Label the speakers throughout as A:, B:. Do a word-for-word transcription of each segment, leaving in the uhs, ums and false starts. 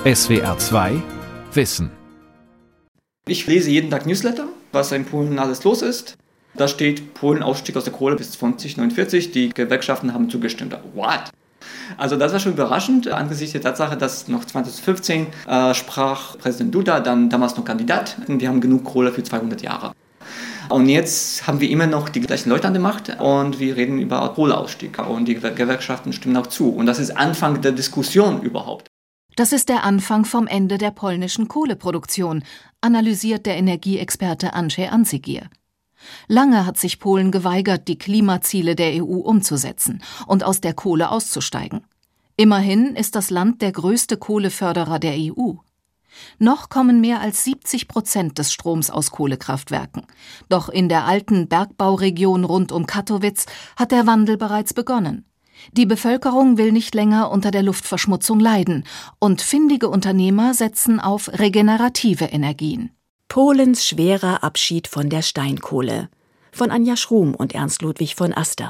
A: S W R zwei Wissen.
B: Ich lese jeden Tag Newsletter, was in Polen alles los ist. Da steht Polen-Ausstieg aus der Kohle bis zwanzig neunundvierzig. Die Gewerkschaften haben zugestimmt. What? Also das war schon überraschend, angesichts der Tatsache, dass noch zwanzig fünfzehn äh, sprach Präsident Duda, dann damals noch Kandidat, wir haben genug Kohle für zweihundert Jahre. Und jetzt haben wir immer noch die gleichen Leute an der Macht und wir reden über Kohleausstieg und die Gewerkschaften stimmen auch zu. Und das ist Anfang der Diskussion überhaupt.
C: Das ist der Anfang vom Ende der polnischen Kohleproduktion, analysiert der Energieexperte Andrzej Ancygier. Lange hat sich Polen geweigert, die Klimaziele der E U umzusetzen und aus der Kohle auszusteigen. Immerhin ist das Land der größte Kohleförderer der E U. Noch kommen mehr als siebzig Prozent des Stroms aus Kohlekraftwerken. Doch in der alten Bergbauregion rund um Kattowitz hat der Wandel bereits begonnen. Die Bevölkerung will nicht länger unter der Luftverschmutzung leiden und findige Unternehmer setzen auf regenerative Energien.
D: Polens schwerer Abschied von der Steinkohle. Von Anja Schrum und Ernst Ludwig von Aster.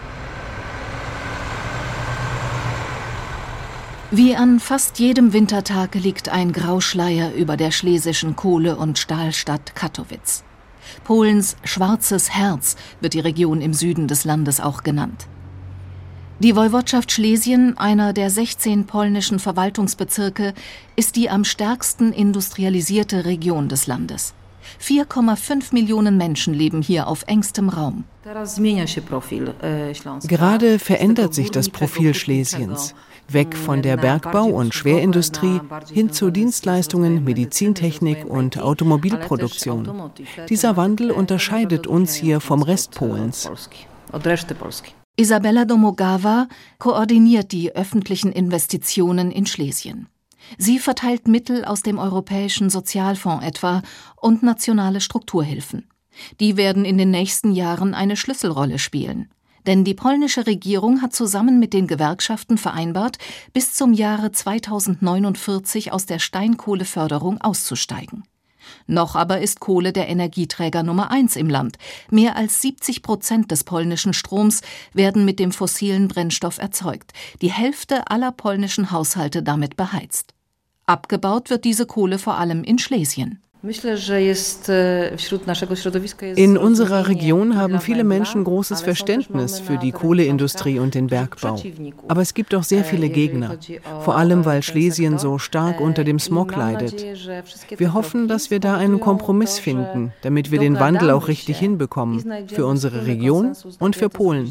C: Wie an fast jedem Wintertag liegt ein Grauschleier über der schlesischen Kohle- und Stahlstadt Kattowitz. Polens schwarzes Herz wird die Region im Süden des Landes auch genannt. Die Woiwodschaft Schlesien, einer der sechzehn polnischen Verwaltungsbezirke, ist die am stärksten industrialisierte Region des Landes. vier Komma fünf Millionen Menschen leben hier auf engstem Raum.
E: Gerade verändert sich das Profil Schlesiens. Weg von der Bergbau- und Schwerindustrie hin zu Dienstleistungen, Medizintechnik und Automobilproduktion. Dieser Wandel unterscheidet uns hier vom Rest Polens.
C: Isabella Domogawa koordiniert die öffentlichen Investitionen in Schlesien. Sie verteilt Mittel aus dem Europäischen Sozialfonds etwa und nationale Strukturhilfen. Die werden in den nächsten Jahren eine Schlüsselrolle spielen. Denn die polnische Regierung hat zusammen mit den Gewerkschaften vereinbart, bis zum Jahre zweitausendneunundvierzig aus der Steinkohleförderung auszusteigen. Noch aber ist Kohle der Energieträger Nummer eins im Land. Mehr als siebzig Prozent des polnischen Stroms werden mit dem fossilen Brennstoff erzeugt. Die Hälfte aller polnischen Haushalte damit beheizt. Abgebaut wird diese Kohle vor allem in Schlesien.
E: In unserer Region haben viele Menschen großes Verständnis für die Kohleindustrie und den Bergbau. Aber es gibt auch sehr viele Gegner, vor allem weil Schlesien so stark unter dem Smog leidet. Wir hoffen, dass wir da einen Kompromiss finden, damit wir den Wandel auch richtig hinbekommen, für unsere Region und für Polen.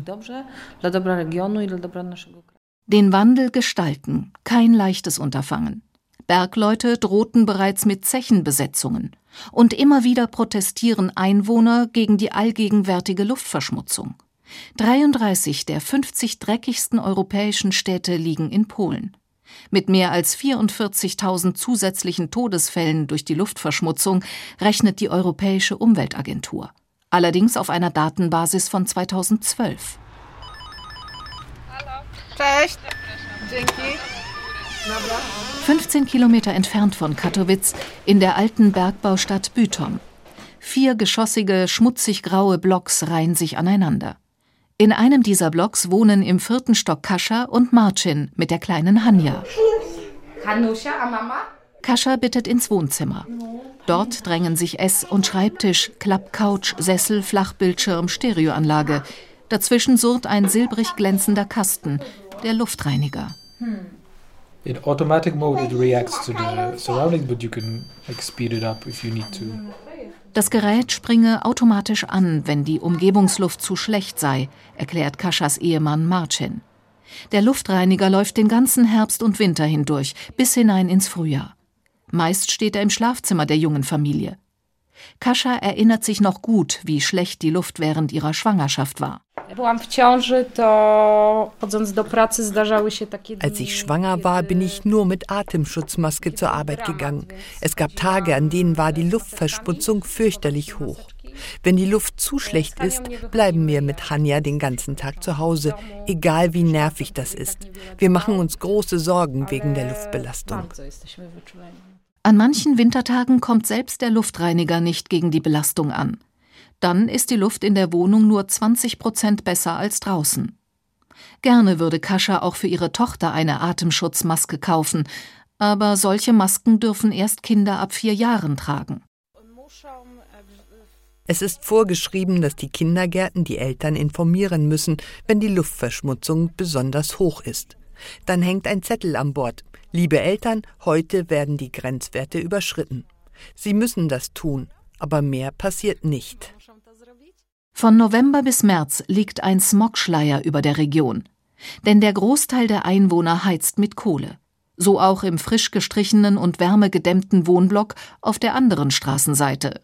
C: Den Wandel gestalten, kein leichtes Unterfangen. Bergleute drohten bereits mit Zechenbesetzungen. Und immer wieder protestieren Einwohner gegen die allgegenwärtige Luftverschmutzung. dreiunddreißig der fünfzig dreckigsten europäischen Städte liegen in Polen. Mit mehr als vierundvierzigtausend zusätzlichen Todesfällen durch die Luftverschmutzung rechnet die Europäische Umweltagentur. Allerdings auf einer Datenbasis von zweitausendzwölf.
F: Hallo. Cześć. Dzięki.
C: fünfzehn Kilometer entfernt von Kattowitz in der alten Bergbaustadt Bytom. Vier geschossige, schmutzig graue Blocks reihen sich aneinander. In einem dieser Blocks wohnen im vierten Stock Kasia und Marcin mit der kleinen Hania. Kasia bittet ins Wohnzimmer. Dort drängen sich Ess- und Schreibtisch, Klappcouch, Sessel, Flachbildschirm, Stereoanlage. Dazwischen surrt ein silbrig glänzender Kasten, der Luftreiniger.
G: In automatic mode it reacts to the surroundings, but you can like speed it up if you need to.
C: Das Gerät springe automatisch an, wenn die Umgebungsluft zu schlecht sei, erklärt Kasias Ehemann Marcin. Der Luftreiniger läuft den ganzen Herbst und Winter hindurch, bis hinein ins Frühjahr. Meist steht er im Schlafzimmer der jungen Familie. Kasia erinnert sich noch gut, wie schlecht die Luft während ihrer Schwangerschaft war.
H: Als ich schwanger war, bin ich nur mit Atemschutzmaske zur Arbeit gegangen. Es gab Tage, an denen war die Luftverschmutzung fürchterlich hoch. Wenn die Luft zu schlecht ist, bleiben wir mit Hania den ganzen Tag zu Hause, egal wie nervig das ist. Wir machen uns große Sorgen wegen der Luftbelastung.
C: An manchen Wintertagen kommt selbst der Luftreiniger nicht gegen die Belastung an. Dann ist die Luft in der Wohnung nur zwanzig Prozent besser als draußen. Gerne würde Kasia auch für ihre Tochter eine Atemschutzmaske kaufen, Aber solche Masken dürfen erst Kinder ab vier Jahren tragen.
H: Es ist vorgeschrieben, dass die Kindergärten die Eltern informieren müssen, wenn die Luftverschmutzung besonders hoch ist. Dann hängt ein Zettel an Bord. Liebe Eltern, heute werden die Grenzwerte überschritten. Sie müssen das tun, aber mehr passiert nicht.
C: Von November bis März liegt ein Smogschleier über der Region. Denn der Großteil der Einwohner heizt mit Kohle. So auch im frisch gestrichenen und wärmegedämmten Wohnblock auf der anderen Straßenseite.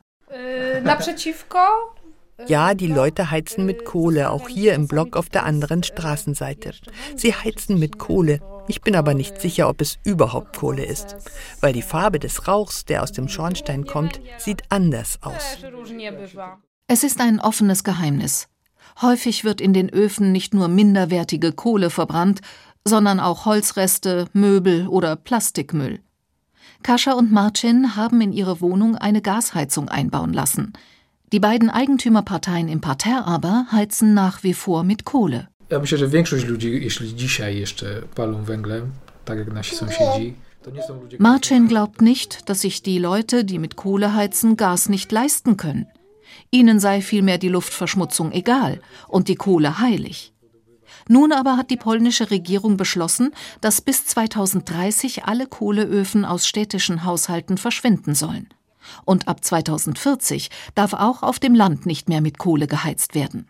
H: Ja, die Leute heizen mit Kohle, auch hier im Block auf der anderen Straßenseite. Sie heizen mit Kohle. Ich bin aber nicht sicher, ob es überhaupt Kohle ist. Weil die Farbe des Rauchs, der aus dem Schornstein kommt, sieht anders aus.
C: Es ist ein offenes Geheimnis. Häufig wird in den Öfen nicht nur minderwertige Kohle verbrannt, sondern auch Holzreste, Möbel oder Plastikmüll. Kasia und Marcin haben in ihre Wohnung eine Gasheizung einbauen lassen. Die beiden Eigentümerparteien im Parterre aber heizen nach wie vor mit Kohle.
G: Ja myślę, że większość ludzi, jeśli dzisiaj jeszcze palą węglem, tak jak nasi sąsiedzi, to nie są ludzie.
C: Marcin glaubt nicht, dass sich die Leute, die mit Kohle heizen, Gas nicht leisten können. Ihnen sei vielmehr die Luftverschmutzung egal und die Kohle heilig. Nun aber hat die polnische Regierung beschlossen, dass bis zweitausenddreißig alle Kohleöfen aus städtischen Haushalten verschwinden sollen. Und ab zweitausendvierzig darf auch auf dem Land nicht mehr mit Kohle geheizt werden.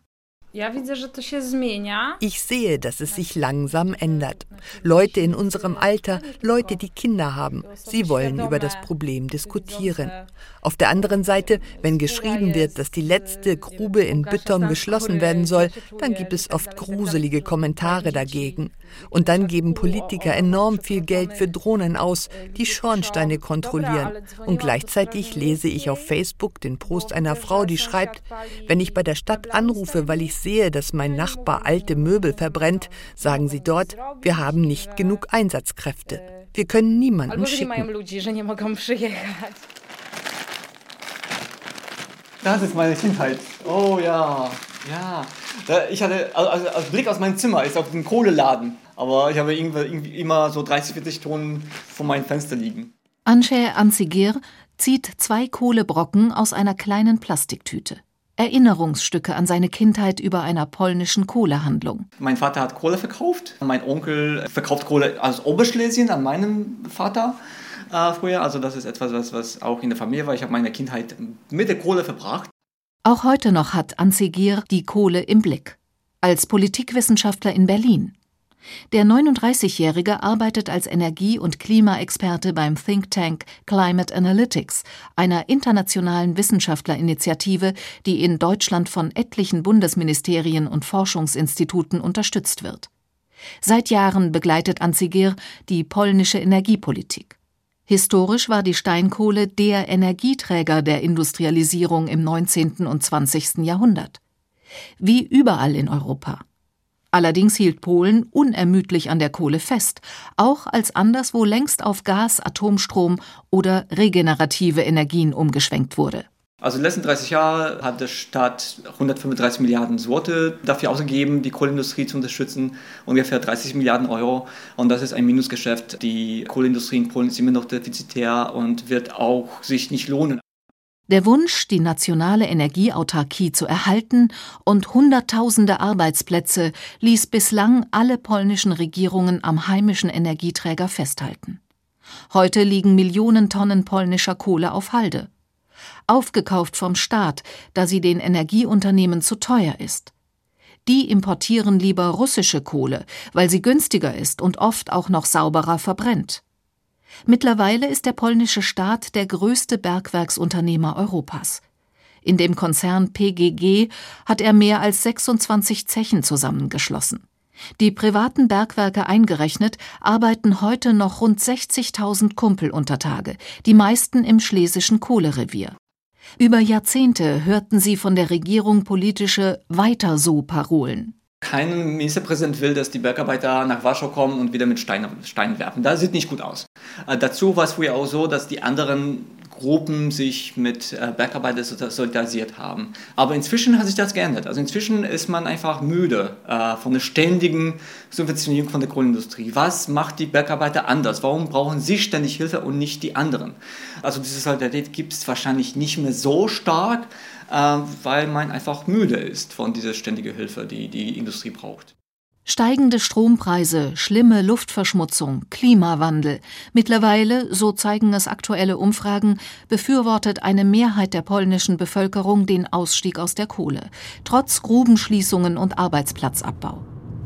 H: Ich sehe, dass es sich langsam ändert. Leute in unserem Alter, Leute, die Kinder haben, sie wollen über das Problem diskutieren. Auf der anderen Seite, wenn geschrieben wird, dass die letzte Grube in Bytom geschlossen werden soll, dann gibt es oft gruselige Kommentare dagegen. Und dann geben Politiker enorm viel Geld für Drohnen aus, die Schornsteine kontrollieren. Und gleichzeitig lese ich auf Facebook den Post einer Frau, die schreibt, wenn ich bei der Stadt anrufe, weil ich sehe, dass mein Nachbar alte Möbel verbrennt, sagen sie dort, wir haben nicht genug Einsatzkräfte. Wir können niemanden schicken.
B: Das ist meine Kindheit. Oh ja, ja. Ich hatte, also als Blick aus meinem Zimmer ist auf den Kohleladen. Aber ich habe irgendwie immer so dreißig, vierzig Tonnen vor meinem Fenster liegen.
C: Andrzej Ancigir zieht zwei Kohlebrocken aus einer kleinen Plastiktüte. Erinnerungsstücke an seine Kindheit über einer polnischen Kohlehandlung.
B: Mein Vater hat Kohle verkauft. Mein Onkel verkauft Kohle aus Oberschlesien an meinen Vater äh, früher. Also das ist etwas, was, was auch in der Familie war. Ich habe meine Kindheit mit der Kohle verbracht.
C: Auch heute noch hat Ancigir die Kohle im Blick. Als Politikwissenschaftler in Berlin. Der neununddreißigjährige arbeitet als Energie- und Klimaexperte beim Think Tank Climate Analytics, einer internationalen Wissenschaftlerinitiative, die in Deutschland von etlichen Bundesministerien und Forschungsinstituten unterstützt wird. Seit Jahren begleitet Ancigir die polnische Energiepolitik. Historisch war die Steinkohle der Energieträger der Industrialisierung im neunzehnten und zwanzigsten Jahrhundert. Wie überall in Europa. Allerdings hielt Polen unermüdlich an der Kohle fest, auch als anderswo längst auf Gas, Atomstrom oder regenerative Energien umgeschwenkt wurde.
B: Also in den letzten dreißig Jahren hat der Staat hundertfünfunddreißig Milliarden Zloty dafür ausgegeben, die Kohleindustrie zu unterstützen, ungefähr dreißig Milliarden Euro. Und das ist ein Minusgeschäft. Die Kohleindustrie in Polen ist immer noch defizitär und wird auch sich nicht lohnen.
C: Der Wunsch, die nationale Energieautarkie zu erhalten und Hunderttausende Arbeitsplätze, ließ bislang alle polnischen Regierungen am heimischen Energieträger festhalten. Heute liegen Millionen Tonnen polnischer Kohle auf Halde. Aufgekauft vom Staat, da sie den Energieunternehmen zu teuer ist. Die importieren lieber russische Kohle, weil sie günstiger ist und oft auch noch sauberer verbrennt. Mittlerweile ist der polnische Staat der größte Bergwerksunternehmer Europas. In dem Konzern P G G hat er mehr als sechsundzwanzig Zechen zusammengeschlossen. Die privaten Bergwerke eingerechnet, arbeiten heute noch rund sechzigtausend Kumpel unter Tage, die meisten im schlesischen Kohlerevier. Über Jahrzehnte hörten sie von der Regierung politische Weiter-so-Parolen.
B: Kein Ministerpräsident will, dass die Bergarbeiter nach Warschau kommen und wieder mit Steinen Stein werfen. Das sieht nicht gut aus. Äh, dazu war es früher auch so, dass die anderen Gruppen sich mit äh, Bergarbeitern solidarisiert haben. Aber inzwischen hat sich das geändert. Also inzwischen ist man einfach müde äh, von der ständigen Subventionierung von der Kohlenindustrie. Was macht die Bergarbeiter anders? Warum brauchen sie ständig Hilfe und nicht die anderen? Also diese Solidarität gibt es wahrscheinlich nicht mehr so stark, äh, weil man einfach müde ist von dieser ständigen Hilfe, die die Industrie braucht.
C: Steigende Strompreise, schlimme Luftverschmutzung, Klimawandel. Mittlerweile, so zeigen es aktuelle Umfragen, befürwortet eine Mehrheit der polnischen Bevölkerung den Ausstieg aus der Kohle, trotz Grubenschließungen und Arbeitsplatzabbau.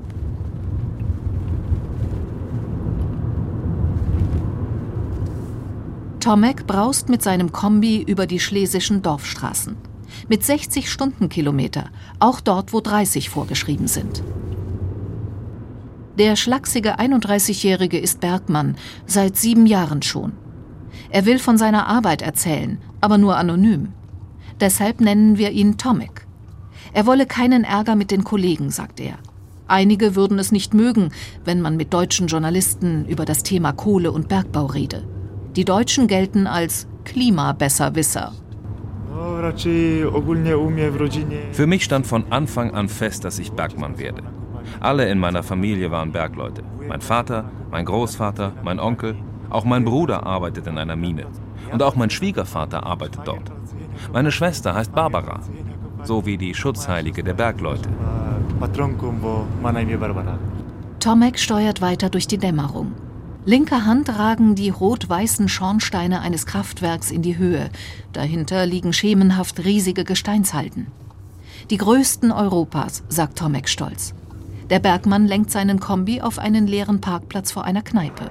C: Tomek braust mit seinem Kombi über die schlesischen Dorfstraßen. Mit sechzig Stundenkilometer, auch dort, wo dreißig vorgeschrieben sind. Der schlachsige einunddreißigjährige ist Bergmann, seit sieben Jahren schon. Er will von seiner Arbeit erzählen, aber nur anonym. Deshalb nennen wir ihn Tomek. Er wolle keinen Ärger mit den Kollegen, sagt er. Einige würden es nicht mögen, wenn man mit deutschen Journalisten über das Thema Kohle und Bergbau rede. Die Deutschen gelten als Klimabesserwisser.
I: Für mich stand von Anfang an fest, dass ich Bergmann werde. Alle in meiner Familie waren Bergleute. Mein Vater, mein Großvater, mein Onkel, auch mein Bruder arbeitet in einer Mine. Und auch mein Schwiegervater arbeitet dort. Meine Schwester heißt Barbara, so wie die Schutzheilige der Bergleute.
C: Tomek steuert weiter durch die Dämmerung. Linker Hand ragen die rot-weißen Schornsteine eines Kraftwerks in die Höhe. Dahinter liegen schemenhaft riesige Gesteinshalden. Die größten Europas, sagt Tomek stolz. Der Bergmann lenkt seinen Kombi auf einen leeren Parkplatz vor einer Kneipe.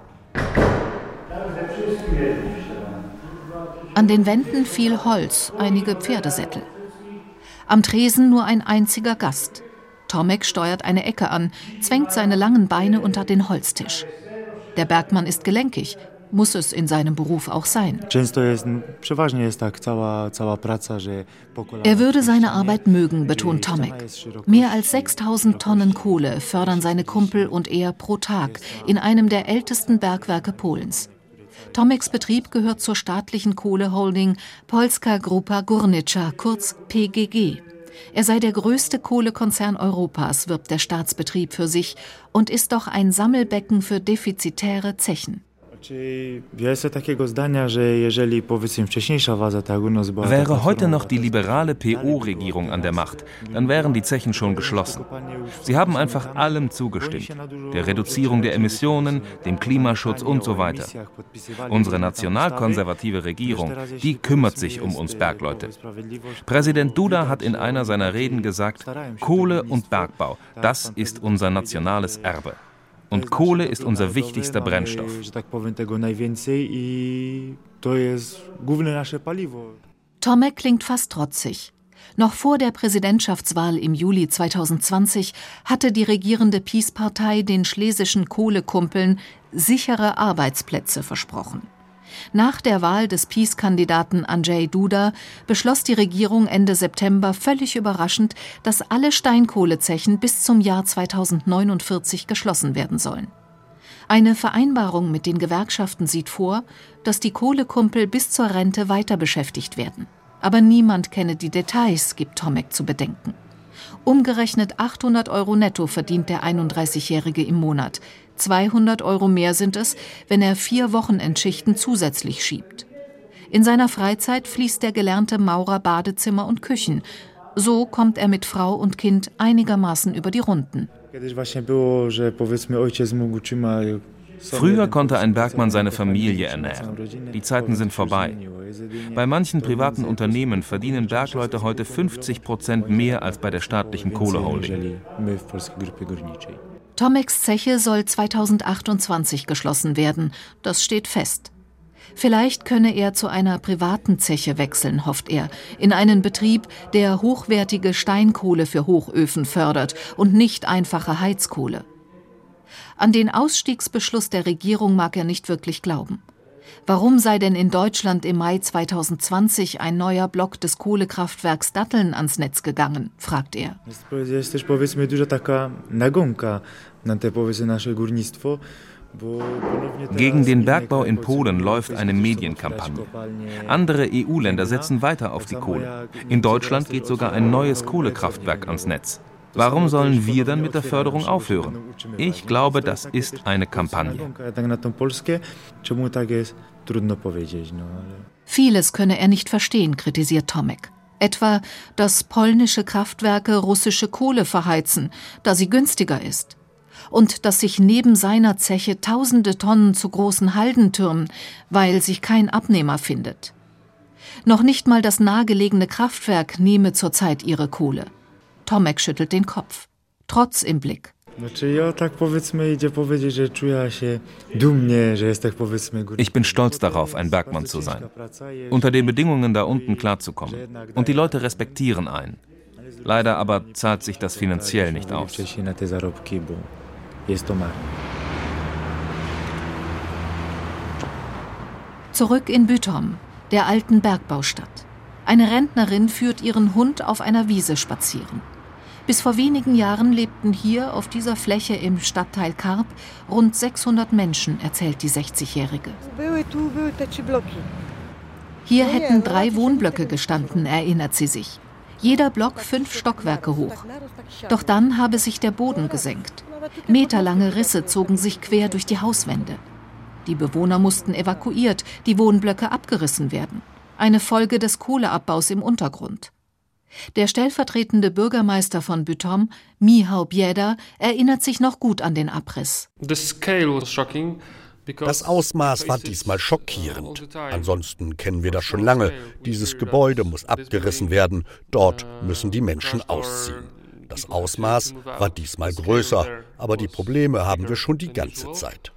C: An den Wänden viel Holz, einige Pferdesättel. Am Tresen nur ein einziger Gast. Tomek steuert eine Ecke an, zwängt seine langen Beine unter den Holztisch. Der Bergmann ist gelenkig, muss es in seinem Beruf auch sein. Er würde seine Arbeit mögen, betont Tomek. Mehr als sechstausend Tonnen Kohle fördern seine Kumpel und er pro Tag in einem der ältesten Bergwerke Polens. Tomeks Betrieb gehört zur staatlichen Kohleholding Polska Grupa Górnicza, kurz P G G. Er sei der größte Kohlekonzern Europas, wirbt der Staatsbetrieb für sich, und ist doch ein Sammelbecken für defizitäre Zechen.
I: Wäre heute noch die liberale P O-Regierung an der Macht, dann wären die Zechen schon geschlossen. Sie haben einfach allem zugestimmt. Der Reduzierung der Emissionen, dem Klimaschutz und so weiter. Unsere nationalkonservative Regierung, die kümmert sich um uns Bergleute. Präsident Duda hat in einer seiner Reden gesagt, Kohle und Bergbau, das ist unser nationales Erbe. Und Kohle ist unser wichtigster Brennstoff.
C: Tomek klingt fast trotzig. Noch vor der Präsidentschaftswahl im Juli zweitausendzwanzig hatte die regierende PiS-Partei den schlesischen Kohlekumpeln sichere Arbeitsplätze versprochen. Nach der Wahl des PiS-Kandidaten Andrzej Duda beschloss die Regierung Ende September völlig überraschend, dass alle Steinkohlezechen bis zum Jahr zweitausendneunundvierzig geschlossen werden sollen. Eine Vereinbarung mit den Gewerkschaften sieht vor, dass die Kohlekumpel bis zur Rente weiter beschäftigt werden. Aber niemand kenne die Details, gibt Tomek zu bedenken. Umgerechnet achthundert Euro netto verdient der einunddreißigjährige im Monat. zweihundert Euro mehr sind es, wenn er vier Wochenendschichten zusätzlich schiebt. In seiner Freizeit fließt der gelernte Maurer Badezimmer und Küchen. So kommt er mit Frau und Kind einigermaßen über die Runden.
I: Früher konnte ein Bergmann seine Familie ernähren. Die Zeiten sind vorbei. Bei manchen privaten Unternehmen verdienen Bergleute heute fünfzig Prozent mehr als bei der staatlichen Kohleholding.
C: Tomeks Zeche soll zweitausendachtundzwanzig geschlossen werden. Das steht fest. Vielleicht könne er zu einer privaten Zeche wechseln, hofft er, in einen Betrieb, der hochwertige Steinkohle für Hochöfen fördert und nicht einfache Heizkohle. An den Ausstiegsbeschluss der Regierung mag er nicht wirklich glauben. Warum sei denn in Deutschland im Mai zweitausendzwanzig ein neuer Block des Kohlekraftwerks Datteln ans Netz gegangen, fragt er.
I: Gegen den Bergbau in Polen läuft eine Medienkampagne. Andere E U-Länder setzen weiter auf die Kohle. In Deutschland geht sogar ein neues Kohlekraftwerk ans Netz. Warum sollen wir dann mit der Förderung aufhören? Ich glaube, das ist eine Kampagne.
C: Vieles könne er nicht verstehen, kritisiert Tomek. Etwa, dass polnische Kraftwerke russische Kohle verheizen, da sie günstiger ist. Und dass sich neben seiner Zeche tausende Tonnen zu großen Halden türmen, weil sich kein Abnehmer findet. Noch nicht mal das nahegelegene Kraftwerk nehme zurzeit ihre Kohle. Tomek schüttelt den Kopf, Trotz im Blick.
I: Ich bin stolz darauf, ein Bergmann zu sein. Unter den Bedingungen da unten klarzukommen. Und die Leute respektieren einen. Leider aber zahlt sich das finanziell nicht aus.
C: Zurück in Bytom, der alten Bergbaustadt. Eine Rentnerin führt ihren Hund auf einer Wiese spazieren. Bis vor wenigen Jahren lebten hier auf dieser Fläche im Stadtteil Karp rund sechshundert Menschen, erzählt die sechzigjährige. Hier hätten drei Wohnblöcke gestanden, erinnert sie sich. Jeder Block fünf Stockwerke hoch. Doch dann habe sich der Boden gesenkt. Meterlange Risse zogen sich quer durch die Hauswände. Die Bewohner mussten evakuiert, die Wohnblöcke abgerissen werden. Eine Folge des Kohleabbaus im Untergrund. Der stellvertretende Bürgermeister von Bytom, Michał Bieda, erinnert sich noch gut an den Abriss.
J: Das Ausmaß war diesmal schockierend. Ansonsten kennen wir das schon lange. Dieses Gebäude muss abgerissen werden. Dort müssen die Menschen ausziehen. Das Ausmaß war diesmal größer, aber die Probleme haben wir schon die ganze Zeit.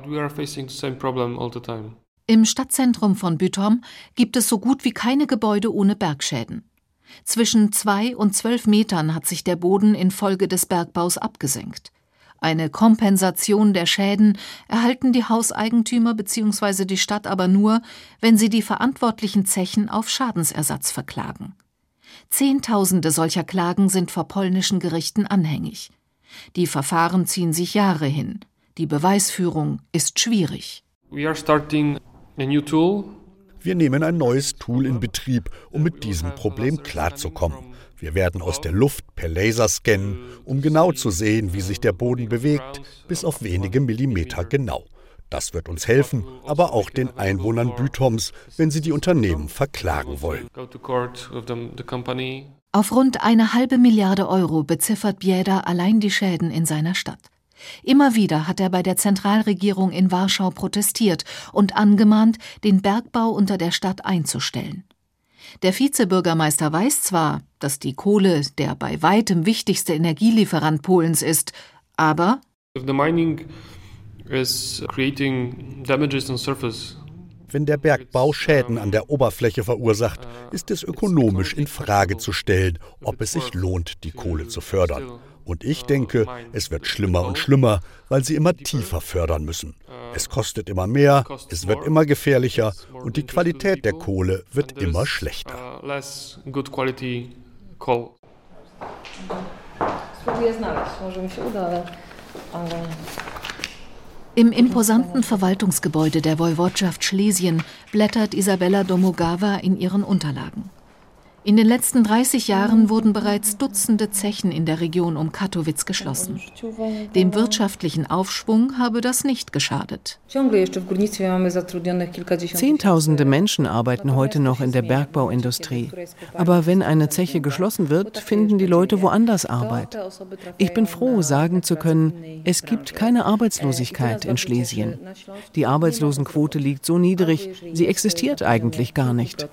C: Im Stadtzentrum von Bytom gibt es so gut wie keine Gebäude ohne Bergschäden. Zwischen zwei und zwölf Metern hat sich der Boden infolge des Bergbaus abgesenkt. Eine Kompensation der Schäden erhalten die Hauseigentümer bzw. die Stadt aber nur, wenn sie die verantwortlichen Zechen auf Schadensersatz verklagen. Zehntausende solcher Klagen sind vor polnischen Gerichten anhängig. Die Verfahren ziehen sich Jahre hin. Die Beweisführung ist schwierig.
J: Wir nehmen ein neues Tool in Betrieb, um mit diesem Problem klarzukommen. Wir werden aus der Luft per Laser scannen, um genau zu sehen, wie sich der Boden bewegt, bis auf wenige Millimeter genau. Das wird uns helfen, aber auch den Einwohnern Bytoms, wenn sie die Unternehmen verklagen wollen.
C: Auf rund eine halbe Milliarde Euro beziffert Bieda allein die Schäden in seiner Stadt. Immer wieder hat er bei der Zentralregierung in Warschau protestiert und angemahnt, den Bergbau unter der Stadt einzustellen. Der Vizebürgermeister weiß zwar, dass die Kohle der bei weitem wichtigste Energielieferant Polens ist, aber
J: wenn der Bergbau Schäden an der Oberfläche verursacht, ist es ökonomisch in Frage zu stellen, ob es sich lohnt, die Kohle zu fördern. Und ich denke, es wird schlimmer und schlimmer, weil sie immer tiefer fördern müssen. Es kostet immer mehr, es wird immer gefährlicher und die Qualität der Kohle wird immer schlechter.
C: Im imposanten Verwaltungsgebäude der Woiwodschaft Schlesien blättert Isabella Domogawa in ihren Unterlagen. In den letzten dreißig Jahren wurden bereits Dutzende Zechen in der Region um Katowice geschlossen. Dem wirtschaftlichen Aufschwung habe das nicht geschadet.
E: Zehntausende Menschen arbeiten heute noch in der Bergbauindustrie. Aber wenn eine Zeche geschlossen wird, finden die Leute woanders Arbeit. Ich bin froh, sagen zu können, es gibt keine Arbeitslosigkeit in Schlesien. Die Arbeitslosenquote liegt so niedrig, sie existiert eigentlich gar nicht.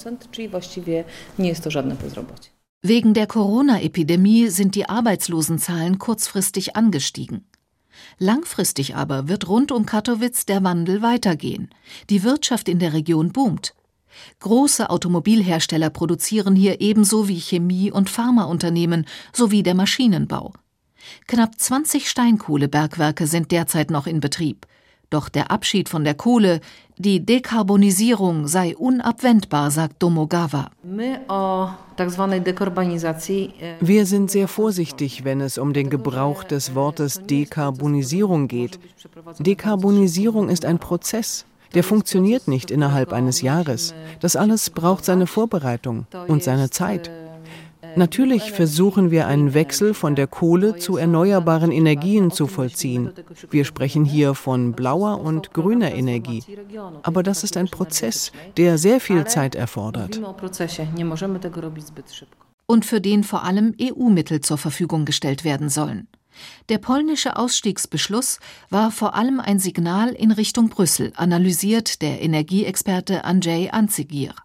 C: Wegen der Corona-Epidemie sind die Arbeitslosenzahlen kurzfristig angestiegen. Langfristig aber wird rund um Katowice der Wandel weitergehen. Die Wirtschaft in der Region boomt. Große Automobilhersteller produzieren hier ebenso wie Chemie- und Pharmaunternehmen sowie der Maschinenbau. Knapp zwanzig Steinkohlebergwerke sind derzeit noch in Betrieb. Doch der Abschied von der Kohle, die Dekarbonisierung sei unabwendbar, sagt Domogawa.
E: Wir sind sehr vorsichtig, wenn es um den Gebrauch des Wortes Dekarbonisierung geht. Dekarbonisierung ist ein Prozess. Der funktioniert nicht innerhalb eines Jahres. Das alles braucht seine Vorbereitung und seine Zeit. Natürlich versuchen wir einen Wechsel von der Kohle zu erneuerbaren Energien zu vollziehen. Wir sprechen hier von blauer und grüner Energie. Aber das ist ein Prozess, der sehr viel Zeit erfordert.
C: Und für den vor allem E U-Mittel zur Verfügung gestellt werden sollen. Der polnische Ausstiegsbeschluss war vor allem ein Signal in Richtung Brüssel, analysiert der Energieexperte Andrzej Ancygier.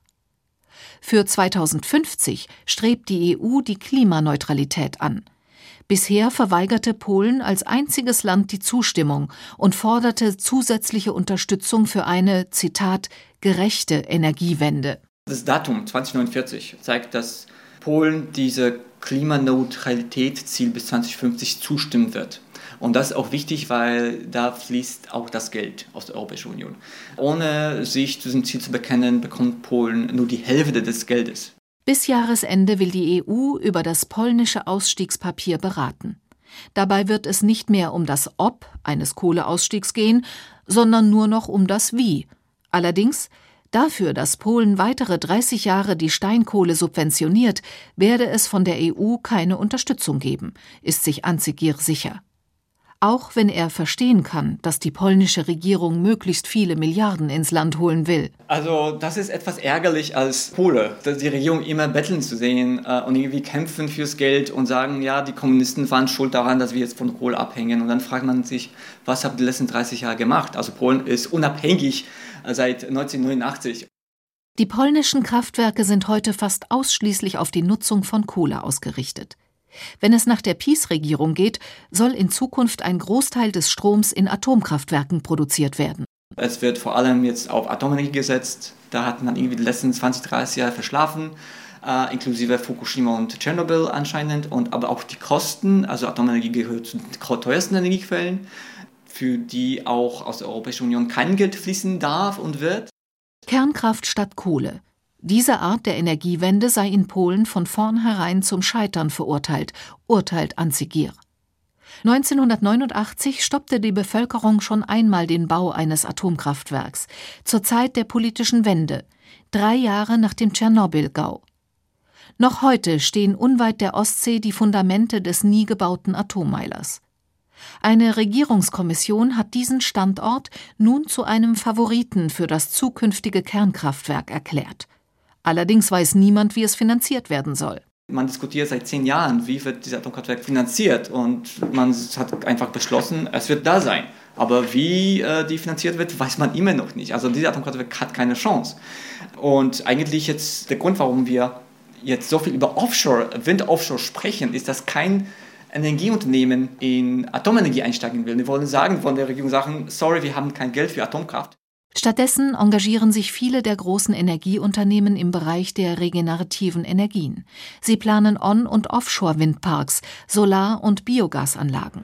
C: Für zweitausendfünfzig strebt die E U die Klimaneutralität an. Bisher verweigerte Polen als einziges Land die Zustimmung und forderte zusätzliche Unterstützung für eine, Zitat, gerechte Energiewende.
B: Das Datum zweitausendneunundvierzig zeigt, dass Polen diese Klimaneutralitätsziel bis zweitausendfünfzig zustimmen wird. Und das ist auch wichtig, weil da fließt auch das Geld aus der Europäischen Union. Ohne sich zu diesem Ziel zu bekennen, bekommt Polen nur die Hälfte des Geldes.
C: Bis Jahresende will die E U über das polnische Ausstiegspapier beraten. Dabei wird es nicht mehr um das Ob eines Kohleausstiegs gehen, sondern nur noch um das Wie. Allerdings, dafür, dass Polen weitere dreißig Jahre die Steinkohle subventioniert, werde es von der E U keine Unterstützung geben, ist sich Ancygier sicher. Auch wenn er verstehen kann, dass die polnische Regierung möglichst viele Milliarden ins Land holen will.
B: Also das ist etwas ärgerlich als Pole, dass die Regierung immer betteln zu sehen äh, und irgendwie kämpfen fürs Geld und sagen, ja, die Kommunisten waren schuld daran, dass wir jetzt von Kohle abhängen. Und dann fragt man sich, was habt ihr die letzten dreißig Jahre gemacht? Also Polen ist unabhängig äh, seit neunzehnhundertneunundachtzig.
C: Die polnischen Kraftwerke sind heute fast ausschließlich auf die Nutzung von Kohle ausgerichtet. Wenn es nach der PiS-Regierung geht, soll in Zukunft ein Großteil des Stroms in Atomkraftwerken produziert werden.
B: Es wird vor allem jetzt auf Atomenergie gesetzt. Da hat man irgendwie die letzten zwanzig, dreißig Jahre verschlafen, äh, inklusive Fukushima und Tschernobyl anscheinend. Und aber auch die Kosten, also Atomenergie gehört zu den teuersten Energiequellen, für die auch aus der Europäischen Union kein Geld fließen darf und wird.
C: Kernkraft statt Kohle. Diese Art der Energiewende sei in Polen von vornherein zum Scheitern verurteilt, urteilt Ancygier. neunzehnhundertneunundachtzig stoppte die Bevölkerung schon einmal den Bau eines Atomkraftwerks, zur Zeit der politischen Wende, drei Jahre nach dem Tschernobyl-Gau. Noch heute stehen unweit der Ostsee die Fundamente des nie gebauten Atommeilers. Eine Regierungskommission hat diesen Standort nun zu einem Favoriten für das zukünftige Kernkraftwerk erklärt. Allerdings weiß niemand, wie es finanziert werden soll.
B: Man diskutiert seit zehn Jahren, wie wird dieses Atomkraftwerk finanziert, und man hat einfach beschlossen, es wird da sein. Aber wie äh, die finanziert wird, weiß man immer noch nicht. Also dieses Atomkraftwerk hat keine Chance. Und eigentlich jetzt der Grund, warum wir jetzt so viel über Offshore, Wind-Offshore sprechen, ist, dass kein Energieunternehmen in Atomenergie einsteigen will. Wir wollen sagen, von der Regierung sagen, sorry, wir haben kein Geld für Atomkraft.
C: Stattdessen engagieren sich viele der großen Energieunternehmen im Bereich der regenerativen Energien. Sie planen On- und Offshore-Windparks, Solar- und Biogasanlagen.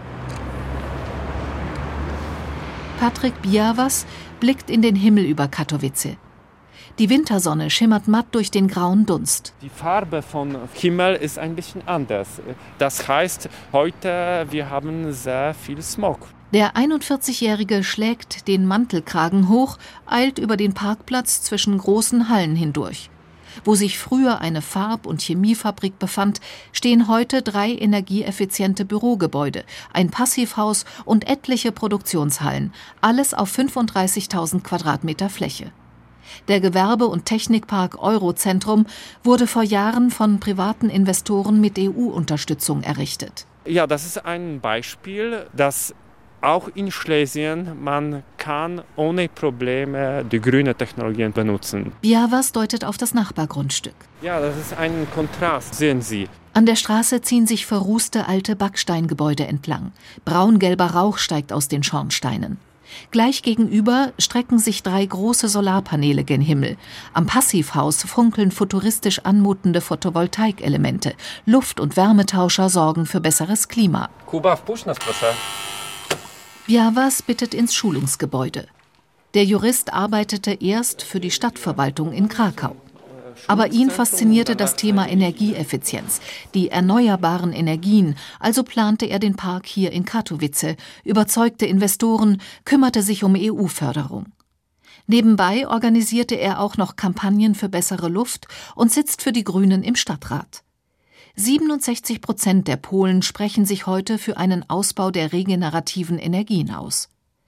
C: Patrick Białas blickt in den Himmel über Katowice. Die Wintersonne schimmert matt durch den grauen Dunst.
K: Die Farbe vom Himmel ist ein bisschen anders. Das heißt, heute wir haben sehr viel Smog.
C: Der einundvierzigjährige schlägt den Mantelkragen hoch, eilt über den Parkplatz zwischen großen Hallen hindurch. Wo sich früher eine Farb- und Chemiefabrik befand, stehen heute drei energieeffiziente Bürogebäude, ein Passivhaus und etliche Produktionshallen, alles auf fünfunddreißigtausend Quadratmeter Fläche. Der Gewerbe- und Technikpark Eurozentrum wurde vor Jahren von privaten Investoren mit E U-Unterstützung errichtet.
K: Ja, das ist ein Beispiel, dass auch in Schlesien man kann ohne Probleme die grüne Technologien benutzen.
C: Białas deutet auf das Nachbargrundstück.
K: Ja, das ist ein Kontrast, sehen Sie.
C: An der Straße ziehen sich verrußte alte Backsteingebäude entlang. Braungelber Rauch steigt aus den Schornsteinen. Gleich gegenüber strecken sich drei große Solarpaneele gen Himmel. Am Passivhaus funkeln futuristisch anmutende Photovoltaikelemente. Luft- und Wärmetauscher sorgen für besseres Klima.
K: Kuba, wpuść nas, proszę.
C: Białas bittet ins Schulungsgebäude. Der Jurist arbeitete erst für die Stadtverwaltung in Krakau. Aber ihn faszinierte das Thema Energieeffizienz, die erneuerbaren Energien, also plante er den Park hier in Katowice, überzeugte Investoren, kümmerte sich um E U-Förderung. Nebenbei organisierte er auch noch Kampagnen für bessere Luft und sitzt für die Grünen im Stadtrat. siebenundsechzig Prozent der Polen sprechen sich heute für einen Ausbau der regenerativen Energien aus.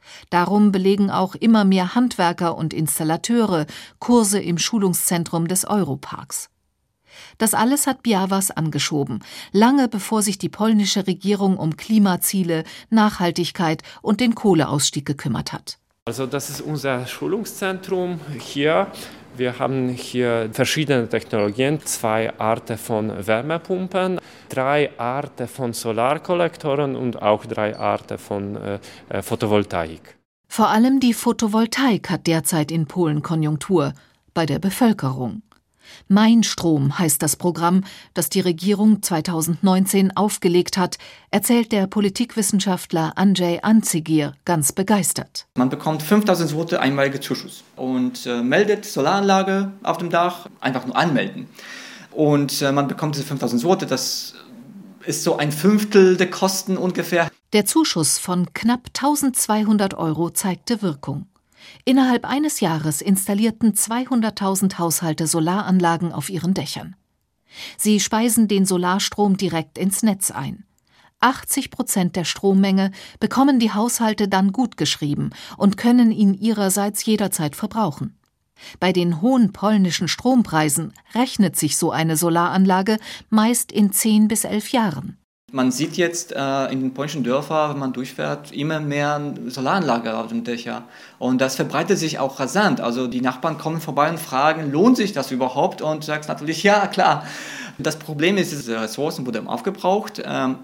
C: Darum belegen auch immer mehr Handwerker und Installateure Kurse im Schulungszentrum des Europarks. Das alles hat Białas angeschoben, lange bevor sich die polnische Regierung um Klimaziele, Nachhaltigkeit und den Kohleausstieg gekümmert hat.
K: Also das ist unser Schulungszentrum hier. Wir haben hier verschiedene Technologien, zwei Arten von Wärmepumpen, drei Arten von Solarkollektoren und auch drei Arten von äh, Photovoltaik.
C: Vor allem die Photovoltaik hat derzeit in Polen Konjunktur, bei der Bevölkerung. Mein Strom heißt das Programm, das die Regierung zweitausendneunzehn aufgelegt hat, erzählt der Politikwissenschaftler Andrzej Ancigir ganz begeistert.
B: Man bekommt fünftausend Zloty einmalige Zuschuss und äh, meldet Solaranlage auf dem Dach, einfach nur anmelden. Und äh, man bekommt diese fünftausend Zloty, das ist so ein Fünftel der Kosten ungefähr.
C: Der Zuschuss von knapp eintausendzweihundert Euro zeigte Wirkung. Innerhalb eines Jahres installierten zweihunderttausend Haushalte Solaranlagen auf ihren Dächern. Sie speisen den Solarstrom direkt ins Netz ein. achtzig Prozent der Strommenge bekommen die Haushalte dann gutgeschrieben und können ihn ihrerseits jederzeit verbrauchen. Bei den hohen polnischen Strompreisen rechnet sich so eine Solaranlage meist in zehn bis elf Jahren.
B: Man sieht jetzt äh, in den polnischen Dörfern, wenn man durchfährt, immer mehr Solaranlage auf dem Dächer. Und das verbreitet sich auch rasant. Also die Nachbarn kommen vorbei und fragen, lohnt sich das überhaupt? Und du sagst natürlich, ja, klar. Das Problem ist, diese Ressourcen wurden aufgebraucht. Ähm,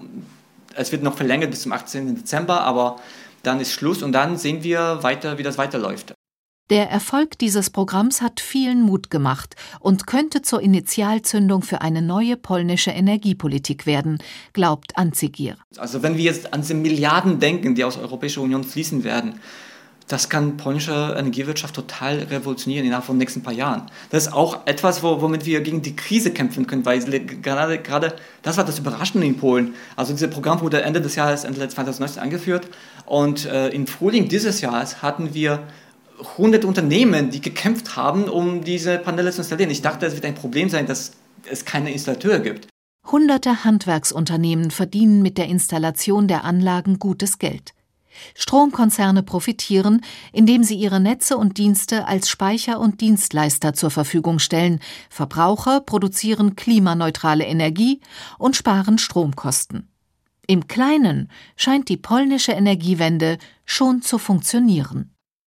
B: es wird noch verlängert bis zum achtzehnten Dezember, aber dann ist Schluss und dann sehen wir weiter, wie das weiterläuft.
C: Der Erfolg dieses Programms hat vielen Mut gemacht und könnte zur Initialzündung für eine neue polnische Energiepolitik werden, glaubt Ancigir.
B: Also wenn wir jetzt an diese Milliarden denken, die aus der Europäischen Union fließen werden, das kann polnische Energiewirtschaft total revolutionieren innerhalb von den nächsten paar Jahren. Das ist auch etwas, womit wir gegen die Krise kämpfen können, weil gerade, gerade das war das Überraschende in Polen. Also dieses Programm wurde Ende des Jahres, Ende zweitausendneunzehn eingeführt und äh, im Frühling dieses Jahres hatten wir hundert Unternehmen, die gekämpft haben, um diese Paneele zu installieren. Ich dachte, es wird ein Problem sein, dass es keine Installateure gibt.
C: Hunderte Handwerksunternehmen verdienen mit der Installation der Anlagen gutes Geld. Stromkonzerne profitieren, indem sie ihre Netze und Dienste als Speicher und Dienstleister zur Verfügung stellen. Verbraucher produzieren klimaneutrale Energie und sparen Stromkosten. Im Kleinen scheint die polnische Energiewende schon zu funktionieren.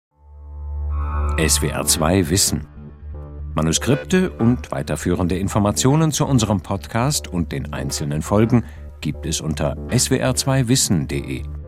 L: S W R zwei Wissen. Manuskripte und weiterführende Informationen zu unserem Podcast und den einzelnen Folgen gibt es unter s w r zwei wissen punkt de.